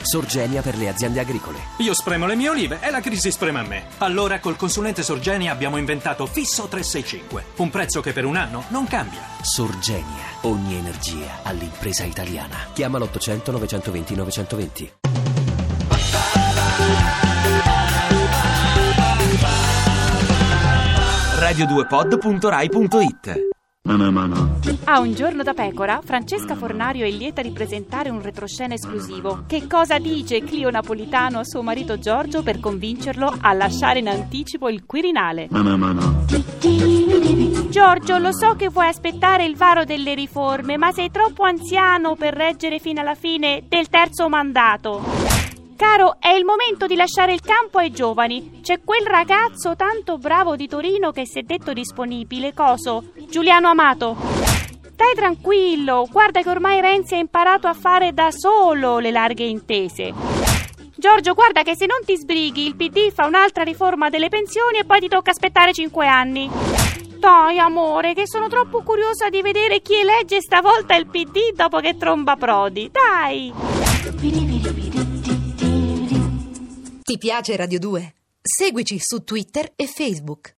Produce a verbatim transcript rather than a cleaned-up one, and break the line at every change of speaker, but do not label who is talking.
Sorgenia per le aziende agricole.
Io spremo le mie olive e la crisi sprema me. Allora col consulente Sorgenia abbiamo inventato Fisso trecentosessantacinque. Un prezzo che per un anno non cambia.
Sorgenia. Ogni energia all'impresa italiana. Chiama l'ottocento novecentoventi novecentoventi.
radio due pod punto rai punto it.
A Un giorno da pecora, Francesca Fornario è lieta di presentare un retroscena esclusivo. Che cosa dice Clio Napolitano a suo marito Giorgio per convincerlo a lasciare in anticipo il Quirinale? Giorgio, lo so che vuoi aspettare il varo delle riforme, ma sei troppo anziano per reggere fino alla fine del terzo mandato. Caro, è il momento di lasciare il campo ai giovani. C'è quel ragazzo tanto bravo di Torino che si è detto disponibile, coso? Giuliano Amato. Stai tranquillo, guarda che ormai Renzi ha imparato a fare da solo le larghe intese. Giorgio, guarda che se non ti sbrighi il P D fa un'altra riforma delle pensioni e poi ti tocca aspettare cinque anni. Dai amore, che sono troppo curiosa di vedere chi elegge stavolta il P D dopo che tromba Prodi. Dai!
Ti piace Radio due? Seguici su Twitter e Facebook.